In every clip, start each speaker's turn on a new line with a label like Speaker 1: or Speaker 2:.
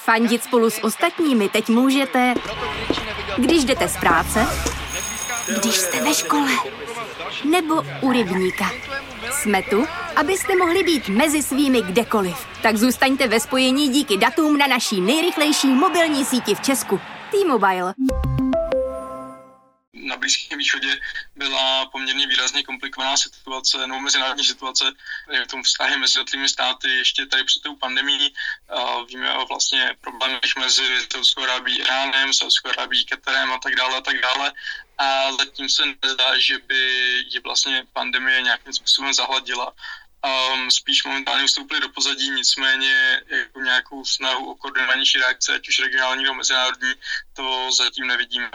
Speaker 1: Fandit spolu s ostatními teď můžete, když jdete z práce, když jste ve škole, nebo u rybníka. Jsme tu, abyste mohli být mezi svými kdekoliv. Tak zůstaňte ve spojení díky datům na naší nejrychlejší mobilní síti v Česku. T-Mobile.
Speaker 2: Na Blízkém východě byla poměrně výrazně komplikovaná situace, nebo mezinárodní situace, v tom vztahy mezi jednotlivými státy ještě tady před tou pandemií. Víme o vlastně problémech mezi Saudskou Arábií, Iránem, Saudskou Arábií, Katarem a tak dále. Ale tím se nezdá, že by je vlastně pandemie nějakým způsobem zahladila. Spíš momentálně ustoupili do pozadí, nicméně jako nějakou snahu o koordinovanější reakce, ať už regionální nebo mezinárodní, to zatím nevidíme.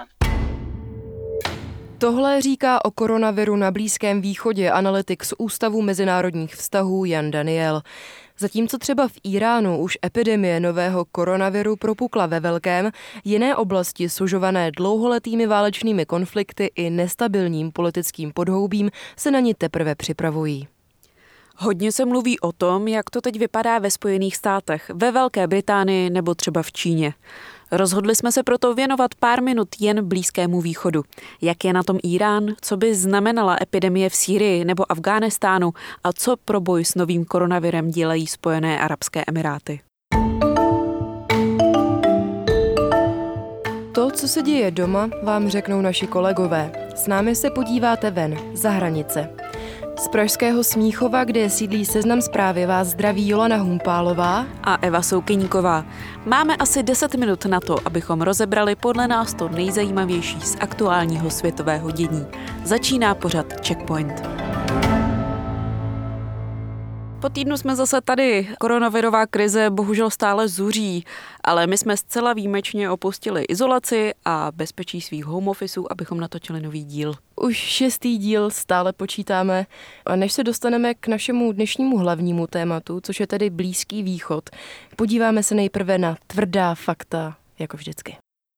Speaker 3: Tohle říká o koronaviru na Blízkém východě analytik z Ústavu mezinárodních vztahů Jan Daniel. Zatímco třeba v Íránu už epidemie nového koronaviru propukla ve velkém, jiné oblasti sužované dlouholetými válečnými konflikty i nestabilním politickým podhoubím se na ni teprve připravují.
Speaker 4: Hodně se mluví o tom, jak to teď vypadá ve Spojených státech, ve Velké Británii nebo třeba v Číně. Rozhodli jsme se proto věnovat pár minut jen Blízkému východu. Jak je na tom Irán, co by znamenala epidemie v Sýrii nebo Afghánistánu a co pro boj s novým koronavirem dělají Spojené arabské emiráty.
Speaker 3: To, co se děje doma, vám řeknou naši kolegové. S námi se podíváte ven, za hranice. Z pražského Smíchova, kde sídlí Seznam Zprávy, vás zdraví Jolana Humpálová
Speaker 4: a Eva Soukyníková. Máme asi 10 minut na to, abychom rozebrali podle nás to nejzajímavější z aktuálního světového dění. Začíná pořad Checkpoint. Po týdnu jsme zase tady. Koronavirová krize bohužel stále zuří, ale my jsme zcela výjimečně opustili izolaci a bezpečí svých home officeů, abychom natočili nový díl.
Speaker 3: Už 6. díl stále počítáme. A než se dostaneme k našemu dnešnímu hlavnímu tématu, což je tedy Blízký východ, podíváme se nejprve na tvrdá fakta, jako vždycky.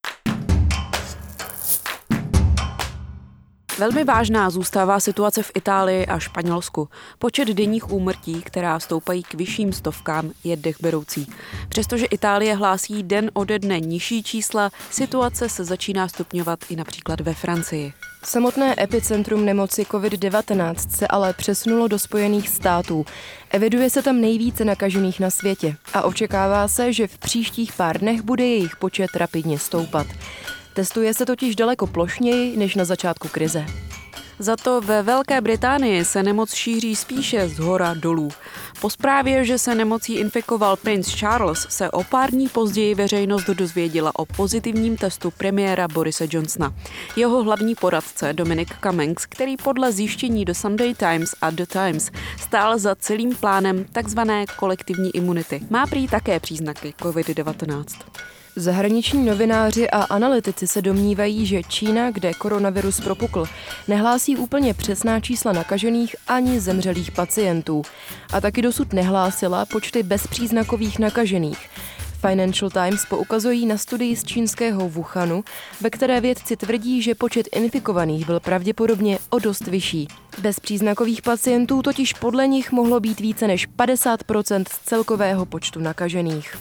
Speaker 4: Velmi vážná zůstává situace v Itálii a Španělsku. Počet denních úmrtí, která stoupají k vyšším stovkám, je dechberoucí. Přestože Itálie hlásí den ode dne nižší čísla, situace se začíná stupňovat i například ve Francii.
Speaker 3: Samotné epicentrum nemoci COVID-19 se ale přesunulo do Spojených států. Eviduje se tam nejvíce nakažených na světě a očekává se, že v příštích pár dnech bude jejich počet rapidně stoupat. Testuje se totiž daleko plošněji než na začátku krize.
Speaker 4: Za to ve Velké Británii se nemoc šíří spíše zhora dolů. Po zprávě, že se nemocí infikoval princ Charles, se o pár dní později veřejnost dozvěděla o pozitivním testu premiéra Borise Johnsona. Jeho hlavní poradce Dominic Cummings, který podle zjištění do Sunday Times a The Times stál za celým plánem takzvané kolektivní imunity, má prý také příznaky COVID-19.
Speaker 3: Zahraniční novináři a analytici se domnívají, že Čína, kde koronavirus propukl, nehlásí úplně přesná čísla nakažených ani zemřelých pacientů a taky dosud nehlásila počty bezpříznakových nakažených. Financial Times poukazují na studii z čínského Wuhanu, ve které vědci tvrdí, že počet infikovaných byl pravděpodobně o dost vyšší. Bezpříznakových pacientů totiž podle nich mohlo být více než 50% z celkového počtu nakažených.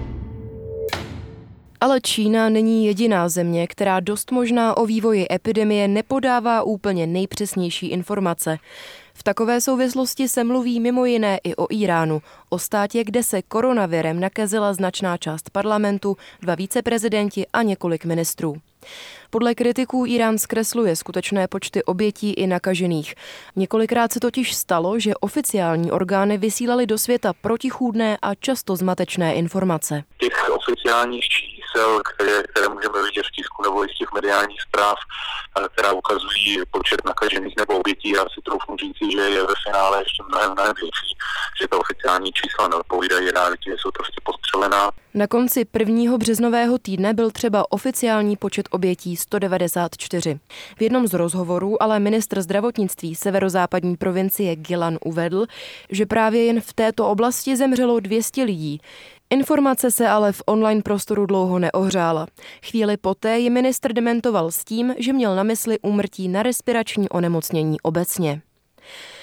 Speaker 3: Ale Čína není jediná země, která dost možná o vývoji epidemie nepodává úplně nejpřesnější informace. V takové souvislosti se mluví mimo jiné i o Íránu, o státě, kde se koronavirem nakazila značná část parlamentu, 2 viceprezidenti a několik ministrů. Podle kritiků Írán zkresluje skutečné počty obětí i nakažených. Několikrát se totiž stalo, že oficiální orgány vysílaly do světa protichůdné a často zmatečné informace.
Speaker 5: Těch oficiálních čísel, které můžeme vidět v tisku nebo i z těch mediálních zpráv, která ukazují počet nakažených nebo obětí, já si troufnu říci, že je ve finále ještě mnohem větší, že ta oficiální čísla neodpovídají realitě, jsou prostě postřelená.
Speaker 3: Na konci 1. březnového týdne byl třeba oficiální počet obětí 194. V jednom z rozhovorů ale ministr zdravotnictví severozápadní provincie Gilan uvedl, že právě jen v této oblasti zemřelo 200 lidí. Informace se ale v online prostoru dlouho neohřála. Chvíli poté ji ministr dementoval s tím, že měl na mysli úmrtí na respirační onemocnění obecně.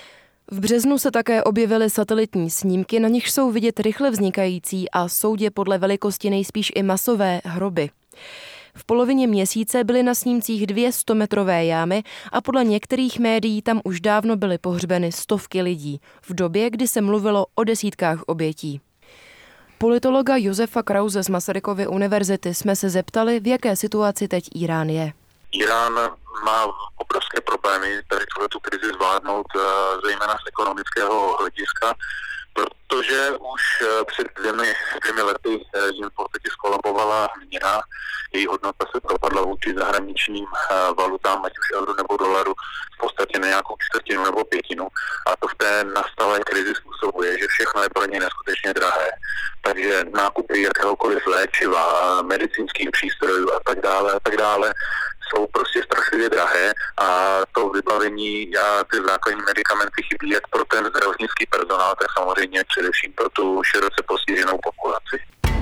Speaker 3: V březnu se také objevily satelitní snímky, na nichž jsou vidět rychle vznikající a soudě podle velikosti nejspíš i masové hroby. V polovině měsíce byly na snímcích 2 100metrové jámy a podle některých médií tam už dávno byly pohřbeny stovky lidí, v době, kdy se mluvilo o desítkách obětí. Politologa Josefa Krause z Masarykovy univerzity jsme se zeptali, v jaké situaci teď Irán je.
Speaker 5: Irán má obrovské problémy tady tu krizi zvládnout, zejména z ekonomického hlediska, protože už před dvěmi lety jim v podstatě skolabovala měna, její hodnota se propadla vůči zahraničním valutám, ať už euro nebo dolaru, v podstatě na nějakou čtvrtinu nebo pětinu. A to v té nastalé krizi způsobuje, že všechno je pro ně neskutečně drahé. Takže nákupy jakéhokoliv léčiva, medicínských přístrojů a tak dále jsou prostě strašlivě drahé a to vybavení a ty základní medicamenty chybí jak pro ten zdravotnický personál, tak samozřejmě především pro tu široce postiženou populaci.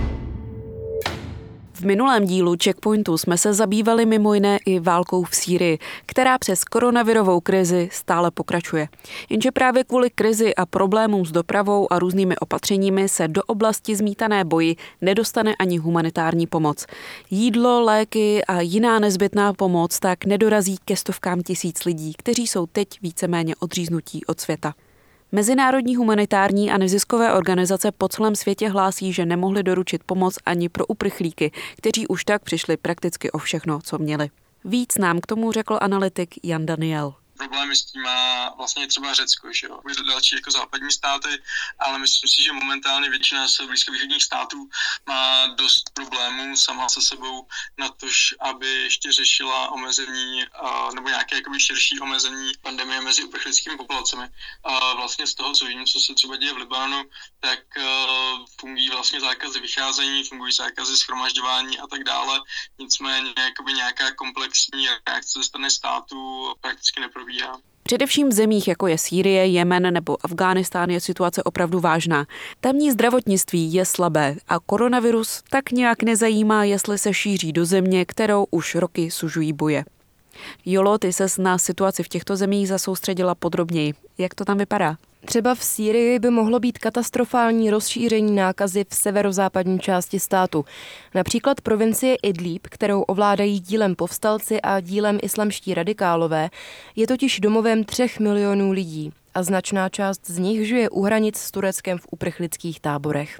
Speaker 4: V minulém dílu Checkpointu jsme se zabývali mimo jiné i válkou v Sýrii, která přes koronavirovou krizi stále pokračuje. Jenže právě kvůli krizi a problémům s dopravou a různými opatřeními se do oblasti zmítané boji nedostane ani humanitární pomoc. Jídlo, léky a jiná nezbytná pomoc tak nedorazí ke stovkám tisíc lidí, kteří jsou teď víceméně odříznutí od světa. Mezinárodní humanitární a neziskové organizace po celém světě hlásí, že nemohli doručit pomoc ani pro uprchlíky, kteří už tak přišli prakticky o všechno, co měli. Víc nám k tomu řekl analytik Jan Daniel.
Speaker 2: Problémy s tím má vlastně třeba Řecko, že jo, další jako západní státy, ale myslím si, že momentálně většina z blízkovýchodních států má dost problémů sama se sebou na to, aby ještě řešila omezení nebo nějaké jakoby širší omezení pandemie mezi uprchlickými populacemi. A vlastně z toho, co vím, co se třeba děje v Libanonu, tak fungují vlastně zákazy vycházení, fungují zákazy shromažďování a tak dále. Nicméně jakoby nějaká komplexní reakce ze strany státu prakticky neprobíhá.
Speaker 4: Především v zemích, jako je Sýrie, Jemen nebo Afghánistán, je situace opravdu vážná. Tamní zdravotnictví je slabé a koronavirus tak nějak nezajímá, jestli se šíří do země, kterou už roky sužují boje. Jolo, ty ses na situaci v těchto zemích zasoustředila podrobněji. Jak to tam vypadá?
Speaker 3: Třeba v Sýrii by mohlo být katastrofální rozšíření nákazy v severozápadní části státu. Například provincie Idlíb, kterou ovládají dílem povstalci a dílem islamští radikálové, je totiž domovem 3 milionů lidí a značná část z nich žije u hranic s Tureckem v uprchlických táborech.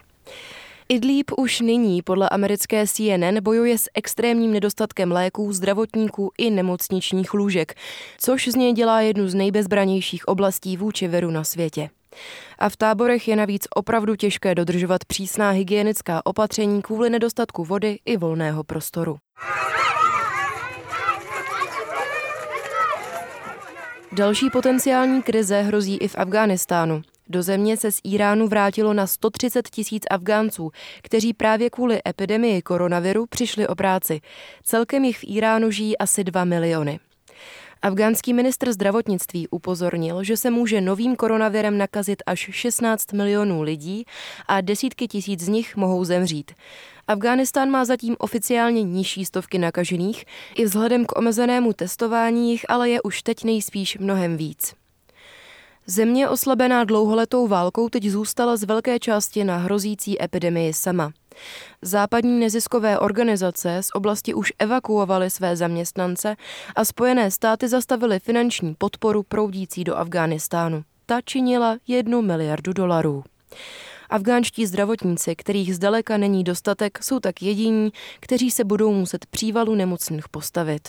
Speaker 3: Idlíb už nyní podle americké CNN bojuje s extrémním nedostatkem léků, zdravotníků i nemocničních lůžek, což z něj dělá jednu z nejbezbranějších oblastí vůči viru na světě. A v táborech je navíc opravdu těžké dodržovat přísná hygienická opatření kvůli nedostatku vody i volného prostoru. Další potenciální krize hrozí i v Afghánistánu. Do země se z Iránu vrátilo na 130 000 Afgánců, kteří právě kvůli epidemii koronaviru přišli o práci. Celkem jich v Iránu žijí asi 2 miliony. Afgánský ministr zdravotnictví upozornil, že se může novým koronavirem nakazit až 16 milionů lidí a desítky tisíc z nich mohou zemřít. Afghánistán má zatím oficiálně nižší stovky nakažených, i vzhledem k omezenému testování jich ale je už teď nejspíš mnohem víc. Země oslabená dlouholetou válkou teď zůstala z velké části na hrozící epidemii sama. Západní neziskové organizace z oblasti už evakuovaly své zaměstnance a Spojené státy zastavily finanční podporu proudící do Afghánistánu. Ta činila $1 miliardu. Afgánští zdravotníci, kterých zdaleka není dostatek, jsou tak jediní, kteří se budou muset přívalu nemocných postavit.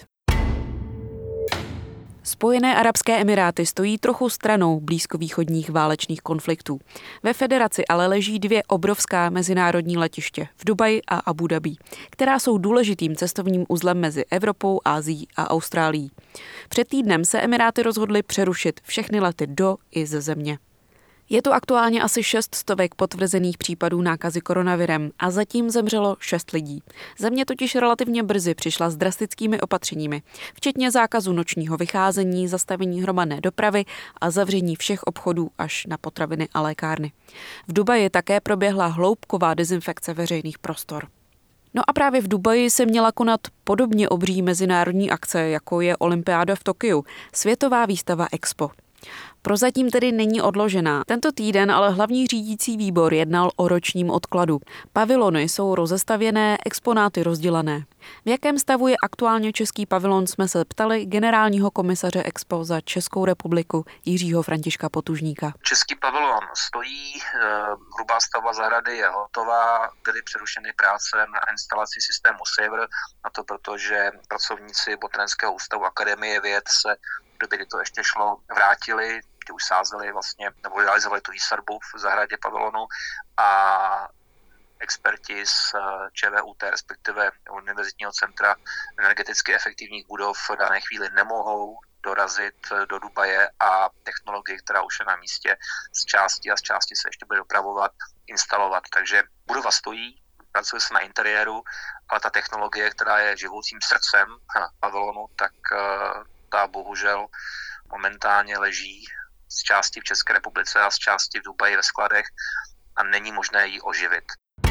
Speaker 4: Spojené arabské emiráty stojí trochu stranou blízkovýchodních válečných konfliktů. Ve federaci ale leží 2 obrovská mezinárodní letiště v Dubaji a Abu Dhabi, která jsou důležitým cestovním uzlem mezi Evropou, Asií a Austrálií. Před týdnem se Emiráty rozhodly přerušit všechny lety do i ze země. Je to aktuálně asi 600 potvrzených případů nákazy koronavirem a zatím zemřelo 6 lidí. Země totiž relativně brzy přišla s drastickými opatřeními, včetně zákazu nočního vycházení, zastavení hromadné dopravy a zavření všech obchodů až na potraviny a lékárny. V Dubaji také proběhla hloubková dezinfekce veřejných prostor. No a právě v Dubaji se měla konat podobně obří mezinárodní akce, jako je olympiáda v Tokiu, světová výstava Expo. Prozatím tedy není odložená. Tento týden ale hlavní řídící výbor jednal o ročním odkladu. Pavilony jsou rozestavěné, exponáty rozdělené. V jakém stavu je aktuálně český pavilon, jsme se ptali generálního komisaře Expo za Českou republiku Jiřího Františka Potužníka.
Speaker 6: Český pavilon stojí, hrubá stavba zahrady je hotová, byly přerušeny práce na instalaci systému Sever, a to proto, že pracovníci Botanického ústavu Akademie věd se v době, kdy to ještě šlo, vrátili, kdy už sázeli vlastně, nebo realizovali tu výsadbu v zahradě pavilonu a experti z ČVUT, respektive Univerzitního centra energeticky efektivních budov v dané chvíli nemohou dorazit do Dubaje a technologii, která už je na místě, z části se ještě bude dopravovat, instalovat. Takže budova stojí, pracuje se na interiéru, ale ta technologie, která je živoucím srdcem pavilonu, tak ta bohužel momentálně leží z části v České republice a z části v Dubaji ve skladech a není možné ji oživit.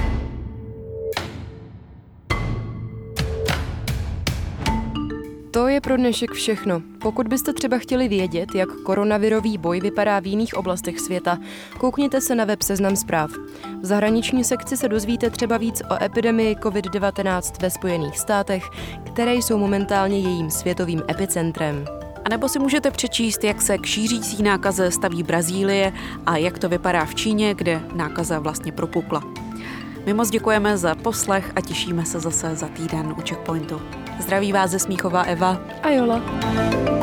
Speaker 3: To je pro dnešek všechno. Pokud byste třeba chtěli vědět, jak koronavirový boj vypadá v jiných oblastech světa, koukněte se na web Seznam zpráv. V zahraniční sekci se dozvíte třeba víc o epidemii COVID-19 ve Spojených státech, které jsou momentálně jejím světovým epicentrem.
Speaker 4: A nebo si můžete přečíst, jak se k šířící nákaze staví Brazílie a jak to vypadá v Číně, kde nákaza vlastně propukla. My moc děkujeme za poslech a těšíme se zase za týden u Checkpointu. Zdraví vás ze Smíchova Eva
Speaker 3: a Jola.